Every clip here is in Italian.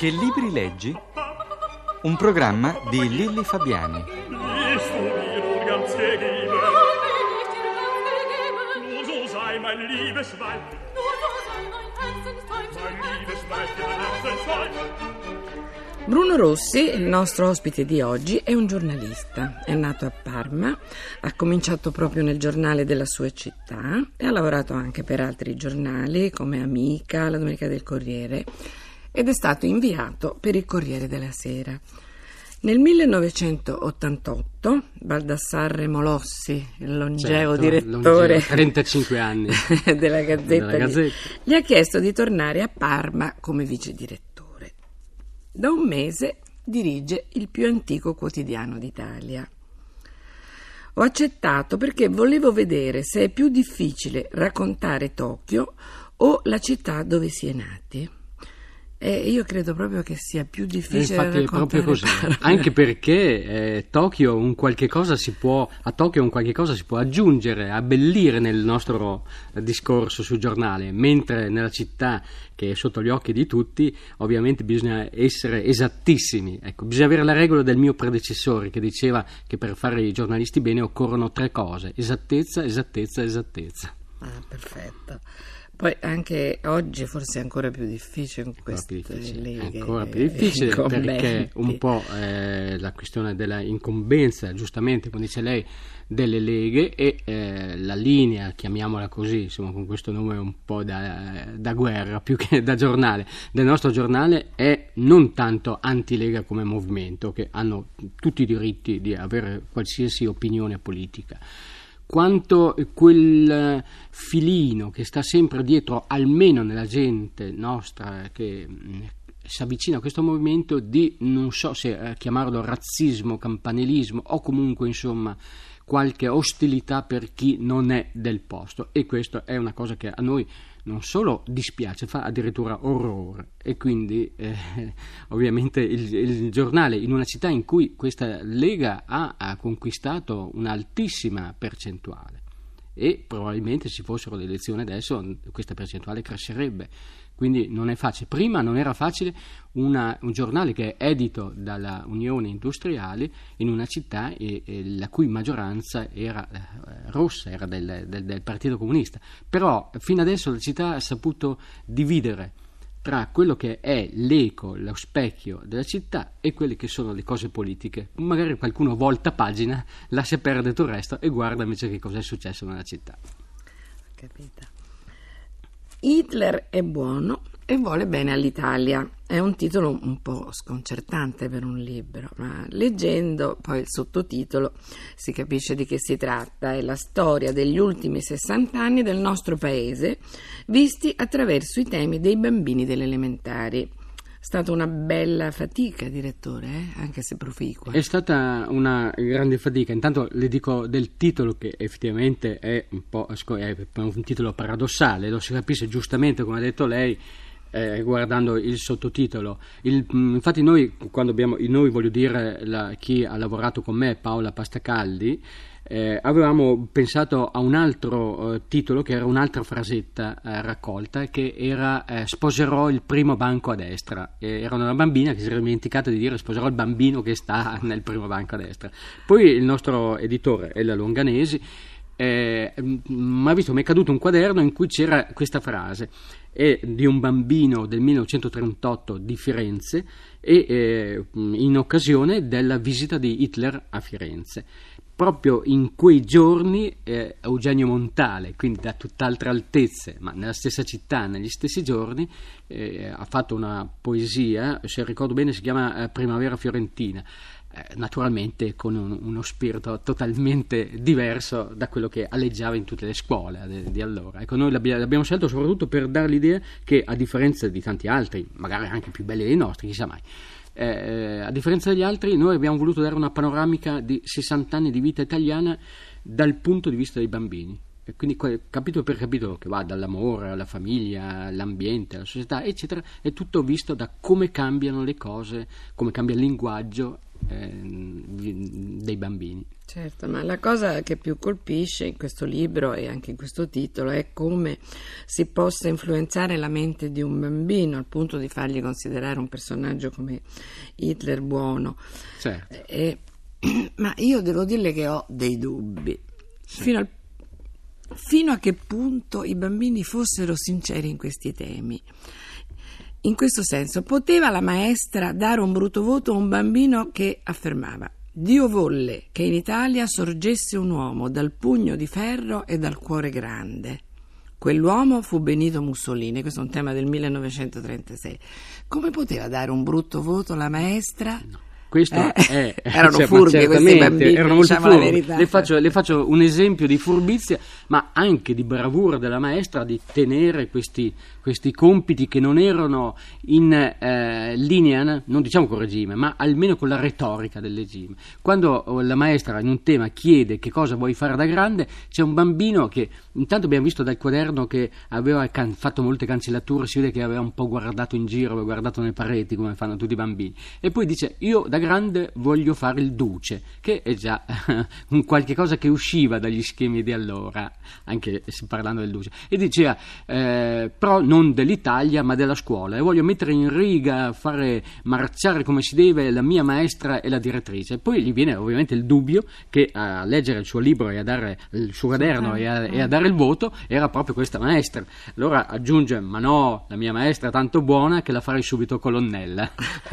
Che libri leggi? Un programma di Lilli Fabiani. Liest du mir nun ganz gegeben? Nur so sei mein liebes Weib. Nur so sei mein Herzenstäubchen. Mein liebes Weibchen, Herzensweib. Bruno Rossi, il nostro ospite di oggi, è un giornalista. È nato a Parma, ha cominciato proprio nel giornale della sua città e ha lavorato anche per altri giornali come Amica, La Domenica del Corriere, ed è stato inviato per il Corriere della Sera. Nel 1988 Baldassarre Molossi, il longevo direttore 35 anni della Gazzetta, gli ha chiesto di tornare a Parma come vice direttore. Da un mese dirige il più antico quotidiano d'Italia. Ho accettato perché volevo vedere se è più difficile raccontare Tokyo o la città dove si è nati. E io credo proprio che sia più difficile infatti raccontare. È proprio così. Anche perché a Tokyo un qualche cosa si può aggiungere, abbellire nel nostro discorso sul giornale, mentre nella città che è sotto gli occhi di tutti ovviamente bisogna essere esattissimi. Ecco, bisogna avere la regola del mio predecessore che diceva che per fare i giornalisti bene occorrono 3 cose: esattezza, esattezza, esattezza. Ah, perfetto. Poi anche oggi forse è ancora più difficile in queste leghe. Ancora più difficile perché un po' la questione della incombenza, giustamente come dice lei, delle leghe e la linea, chiamiamola così, insomma con questo nome un po' da guerra più che da giornale, del nostro giornale è non tanto antilega come movimento, che hanno tutti i diritti di avere qualsiasi opinione politica, quanto quel filino che sta sempre dietro, almeno nella gente nostra che si avvicina a questo movimento, di non so se chiamarlo razzismo, campanilismo o comunque insomma qualche ostilità per chi non è del posto, e questo è una cosa che a noi non solo dispiace, fa addirittura orrore. E quindi ovviamente il giornale, in una città in cui questa lega ha conquistato un'altissima percentuale, e probabilmente se fossero le elezioni adesso questa percentuale crescerebbe, quindi non è facile. Prima non era facile un giornale che è edito dalla Unione Industriali in una città la cui maggioranza era rossa, era del Partito Comunista, però fino adesso la città ha saputo dividere tra quello che è l'eco, lo specchio della città e quelle che sono le cose politiche. Magari qualcuno volta pagina, lascia perdere tutto il resto e guarda invece che cosa è successo nella città. Capito. Hitler è buono e vuole bene all'Italia. È un titolo un po' sconcertante per un libro, ma leggendo poi il sottotitolo si capisce di che si tratta. È la storia degli ultimi 60 anni del nostro paese, visti attraverso i temi dei bambini delle elementari. È stata una bella fatica, direttore, anche se proficua. È stata una grande fatica. Intanto le dico del titolo, che effettivamente è un titolo paradossale, lo si capisce giustamente, come ha detto lei, guardando il sottotitolo. Infatti noi, voglio dire chi ha lavorato con me, Paola Pastacaldi, avevamo pensato a un altro titolo, che era un'altra frasetta raccolta, che era sposerò il primo banco a destra. Era una bambina che si era dimenticata di dire sposerò il bambino che sta nel primo banco a destra. Poi il nostro editore, Ella Longanesi, mi è caduto un quaderno in cui c'era questa frase, è di un bambino del 1938 di Firenze, e in occasione della visita di Hitler a Firenze. Proprio in quei giorni Eugenio Montale, quindi da tutt'altre altezze, ma nella stessa città, negli stessi giorni, ha fatto una poesia, se ricordo bene si chiama Primavera Fiorentina, naturalmente con uno spirito totalmente diverso da quello che aleggiava in tutte le scuole di allora. Ecco, noi l'abbiamo scelto soprattutto per dare l'idea che, a differenza di tanti altri, magari anche più belli dei nostri, chissà mai, a differenza degli altri, noi abbiamo voluto dare una panoramica di 60 anni di vita italiana dal punto di vista dei bambini, e quindi capitolo per capitolo, che va dall'amore alla famiglia, all'ambiente, alla società, eccetera, è tutto visto da come cambiano le cose, come cambia il linguaggio dei bambini. Certo, ma la cosa che più colpisce in questo libro e anche in questo titolo è come si possa influenzare la mente di un bambino al punto di fargli considerare un personaggio come Hitler buono. Certo. Ma io devo dirle che ho dei dubbi. Fino a che punto i bambini fossero sinceri in questi temi. In questo senso, poteva la maestra dare un brutto voto a un bambino che affermava: Dio volle che in Italia sorgesse un uomo dal pugno di ferro e dal cuore grande. Quell'uomo fu Benito Mussolini, questo è un tema del 1936. Come poteva dare un brutto voto la maestra? No. Questo erano furbi questi bambini, erano molto diciamo furbi. la verità. Le faccio un esempio di furbizia, ma anche di bravura della maestra di tenere questi compiti che non erano in linea, non diciamo col regime, ma almeno con la retorica del regime. Quando la maestra in un tema chiede che cosa vuoi fare da grande, c'è un bambino che intanto abbiamo visto dal quaderno che aveva fatto molte cancellature, si vede che aveva un po' guardato in giro, aveva guardato nelle pareti come fanno tutti i bambini, e poi dice: io da grande voglio fare il duce, che è già un qualche cosa che usciva dagli schemi di allora, anche parlando del duce, e diceva però non dell'Italia ma della scuola, e voglio mettere in riga, fare marciare come si deve la mia maestra e la direttrice. Poi gli viene ovviamente il dubbio che a leggere il suo libro e a dare il suo quaderno e a dare il voto era proprio questa maestra. Allora aggiunge: ma no, la mia maestra è tanto buona che la farei subito colonnella.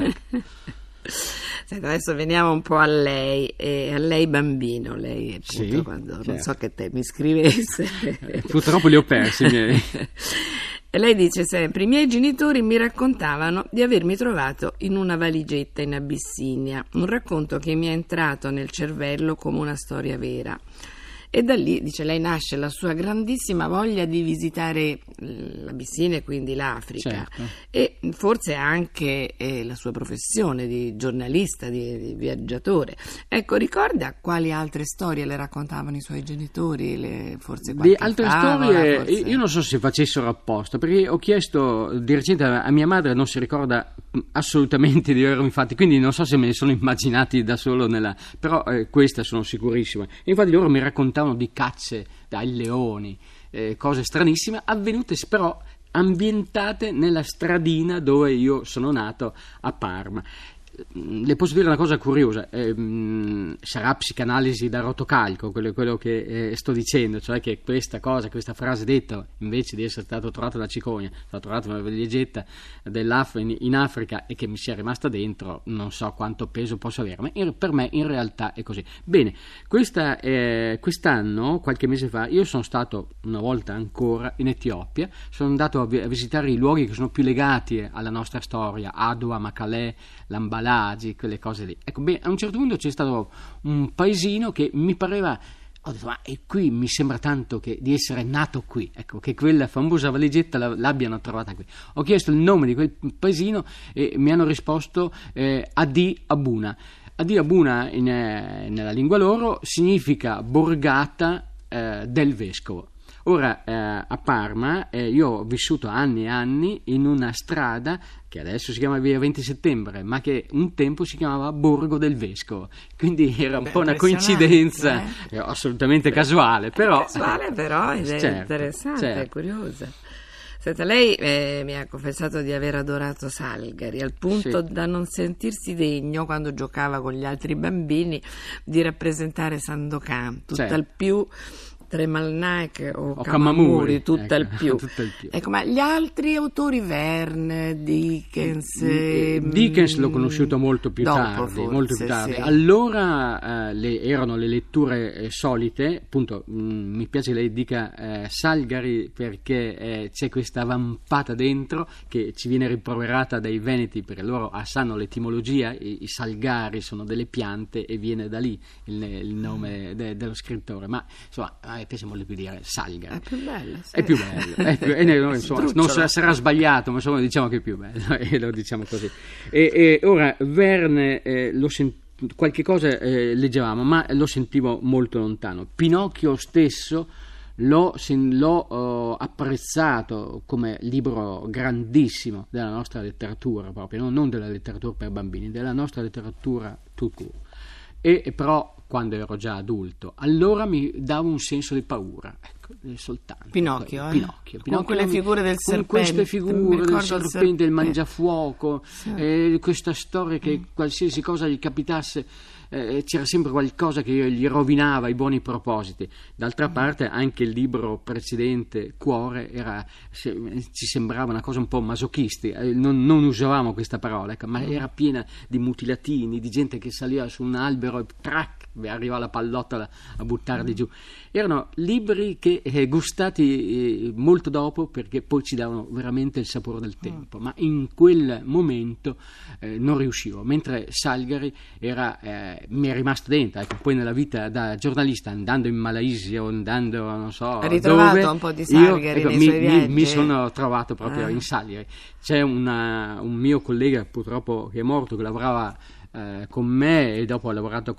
Senta, adesso veniamo un po' a lei bambino, lei appunto, sì, quando certo. Non so che te mi scrivesse. Purtroppo li ho persi i miei. E lei dice sempre: i miei genitori mi raccontavano di avermi trovato in una valigetta in Abissinia, un racconto che mi è entrato nel cervello come una storia vera. E da lì, dice lei, nasce la sua grandissima voglia di visitare l'Abissinia e quindi l'Africa, certo. E forse anche la sua professione di giornalista, di viaggiatore. Ecco, ricorda quali altre storie le raccontavano i suoi genitori? Forse qualche Di altre favola, storie forse... io non so se facessero apposta, perché ho chiesto di recente a mia madre, non si ricorda assolutamente di avermi fatti, quindi non so se me ne sono immaginati da solo però queste sono sicurissime. Infatti loro mi raccontavano di cacce dai leoni, cose stranissime avvenute però ambientate nella stradina dove io sono nato a Parma. Le posso dire una cosa curiosa, sarà psicanalisi da rotocalco quello che sto dicendo, cioè che questa frase detta, invece di essere stato trovato da cicogna, stato trovato una valigetta in Africa e che mi sia rimasta dentro, non so quanto peso possa avere, ma per me in realtà è così. Bene, quest'anno, qualche mese fa, io sono stato una volta ancora in Etiopia, sono andato a visitare i luoghi che sono più legati alla nostra storia, Adua, Makale, Lambalagi, quelle cose lì. Ecco, beh, a un certo punto c'è stato un paesino che mi pareva, ho detto, ma e qui mi sembra tanto di essere nato qui, ecco, che quella famosa valigetta l'abbiano trovata qui. Ho chiesto il nome di quel paesino e mi hanno risposto Adi Abuna. Adi Abuna nella lingua loro significa borgata del vescovo. Ora a Parma io ho vissuto anni e anni in una strada che adesso si chiama via 20 settembre, ma che un tempo si chiamava Borgo del Vescovo, quindi era un po' una coincidenza assolutamente casuale, però è certo, interessante, certo. È curiosa. Senta, lei mi ha confessato di aver adorato Salgari al punto da non sentirsi degno, quando giocava con gli altri bambini, di rappresentare Sandokan, tutt'al più Tremalnaik o Camamuri, tutt'al più. Ecco, ma gli altri autori, Verne, Dickens l'ho conosciuto molto più tardi. Sì. Allora erano le letture solite, appunto. Mi piace che lei dica Salgari, perché c'è questa vampata dentro che ci viene rimproverata dai veneti, perché loro sanno l'etimologia, i salgari sono delle piante e viene da lì il nome dello scrittore, ma insomma piace molto più dire Salgari. È più bello, sì. È più bello. Insomma, non sarà sbagliato, ma insomma diciamo che è più bello, e lo diciamo così. E ora Verne qualche cosa leggevamo, ma lo sentivo molto lontano. Pinocchio stesso l'ho apprezzato come libro grandissimo della nostra letteratura, proprio non della letteratura per bambini, della nostra letteratura tout court. E però quando ero già adulto, allora mi dava un senso di paura, ecco, soltanto. Pinocchio. Con quelle figure del serpente. Con queste figure del serpente, il mangiafuoco, Sì. Questa storia che qualsiasi cosa gli capitasse, c'era sempre qualcosa che gli rovinava i buoni propositi. D'altra parte anche il libro precedente, Cuore, ci sembrava una cosa un po' masochisti, non usavamo questa parola, ecco, ma era piena di mutilatini, di gente che saliva su un albero e trac, arrivava la pallottola a buttarli giù. Erano libri che gustati molto dopo, perché poi ci davano veramente il sapore del tempo, ma in quel momento non riuscivo, mentre Salgari mi è rimasto dentro, ecco. Poi nella vita da giornalista, andando in Malaysia o andando non so hai ritrovato dove, un po' di Salgari nei suoi viaggi? Mi sono trovato proprio in Salgari. C'è un mio collega purtroppo che è morto, che lavorava con me, e dopo ha lavorato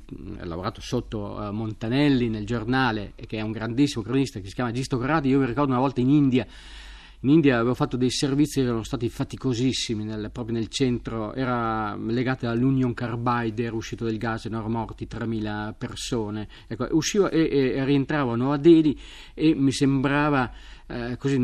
sotto Montanelli nel giornale, che è un grandissimo cronista, che si chiama Gisto Corradi. Io mi ricordo una volta in India avevo fatto dei servizi che erano stati faticosissimi, proprio nel centro, era legato all'Union Carbide, era uscito del gas, erano morti 3.000 persone, ecco, uscivo e rientravo a Nuova Delhi e mi sembrava così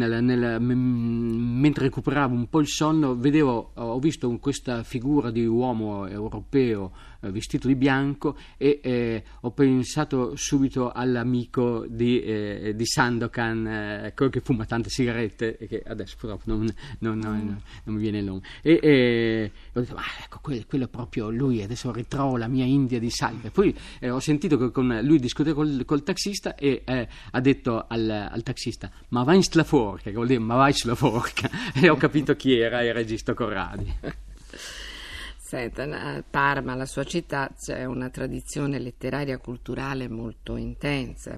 mentre recuperavo un po' il sonno, ho visto questa figura di uomo europeo vestito di bianco e ho pensato subito all'amico di Sandokan, quello che fuma tante sigarette e che adesso purtroppo non mi viene il nome, e ho detto ecco, quello è proprio lui, adesso ritrovo la mia India di Salve. Poi ho sentito che con lui discutere col taxista e ha detto al taxista ma va in Slaforca, che vuol dire ma vai sulla forca, e ho capito chi era il Regista Corradi. Senta, a Parma, la sua città, c'è una tradizione letteraria culturale molto intensa,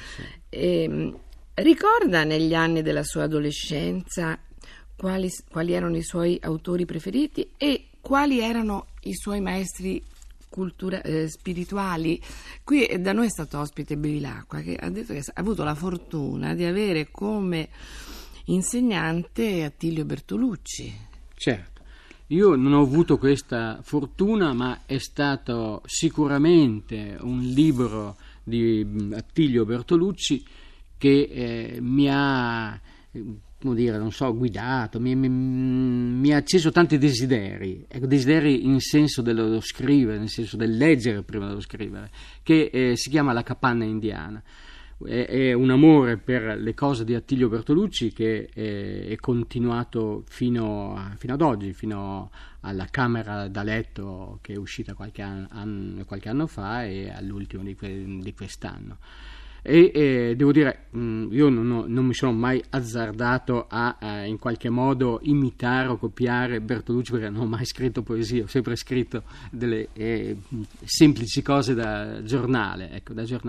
ricorda negli anni della sua adolescenza quali erano i suoi autori preferiti e quali erano i suoi maestri spirituali? Qui da noi è stato ospite Bevilacqua, che ha detto che ha avuto la fortuna di avere come insegnante Attilio Bertolucci. Certo, io non ho avuto questa fortuna, ma è stato sicuramente un libro di Attilio Bertolucci che mi ha, come dire, non so, guidato, mi ha acceso tanti desideri, ecco, desideri in senso dello scrivere, nel senso del leggere prima dello scrivere, che si chiama La capanna indiana. È un amore per le cose di Attilio Bertolucci che è continuato fino ad oggi, fino alla Camera da letto che è uscita qualche anno fa e all'ultimo di quest'anno. E devo dire, io non mi sono mai azzardato a in qualche modo imitare o copiare Bertolucci, perché non ho mai scritto poesia, ho sempre scritto delle semplici cose da giornale.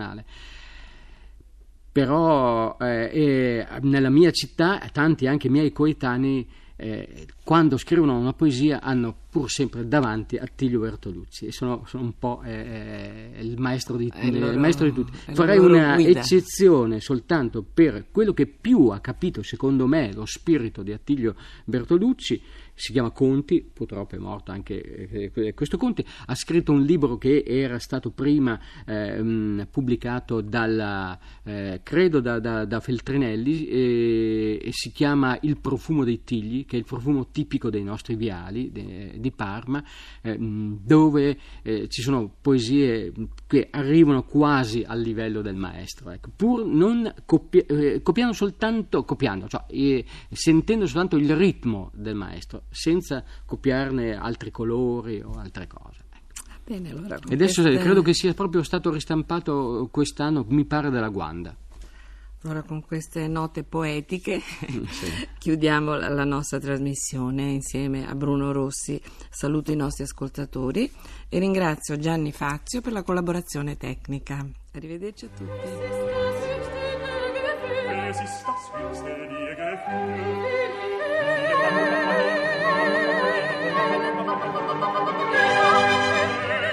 Però nella mia città tanti anche miei coetanei quando scrivono una poesia hanno pur sempre davanti Attilio Bertolucci e sono un po' il maestro di tutti. Farei una eccezione soltanto per quello che più ha capito secondo me lo spirito di Attilio Bertolucci. Si chiama Conti, purtroppo è morto anche questo Conti, ha scritto un libro che era stato prima pubblicato credo da Feltrinelli e si chiama Il profumo dei tigli, che è il profumo tipico dei nostri viali di Parma, dove ci sono poesie che arrivano quasi al livello del maestro, ecco, pur non copiando, cioè sentendo soltanto il ritmo del maestro, senza copiarne altri colori o altre cose. Bene, allora, e adesso credo che sia proprio stato ristampato quest'anno, mi pare, della Guanda. Allora, con queste note poetiche chiudiamo la nostra trasmissione insieme a Bruno Rossi. Saluto i nostri ascoltatori e ringrazio Gianni Fazio per la collaborazione tecnica. Arrivederci a tutti.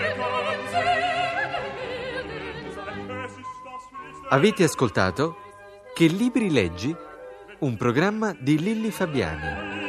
Avete ascoltato Che libri leggi? Un programma di Lilli Fabiani.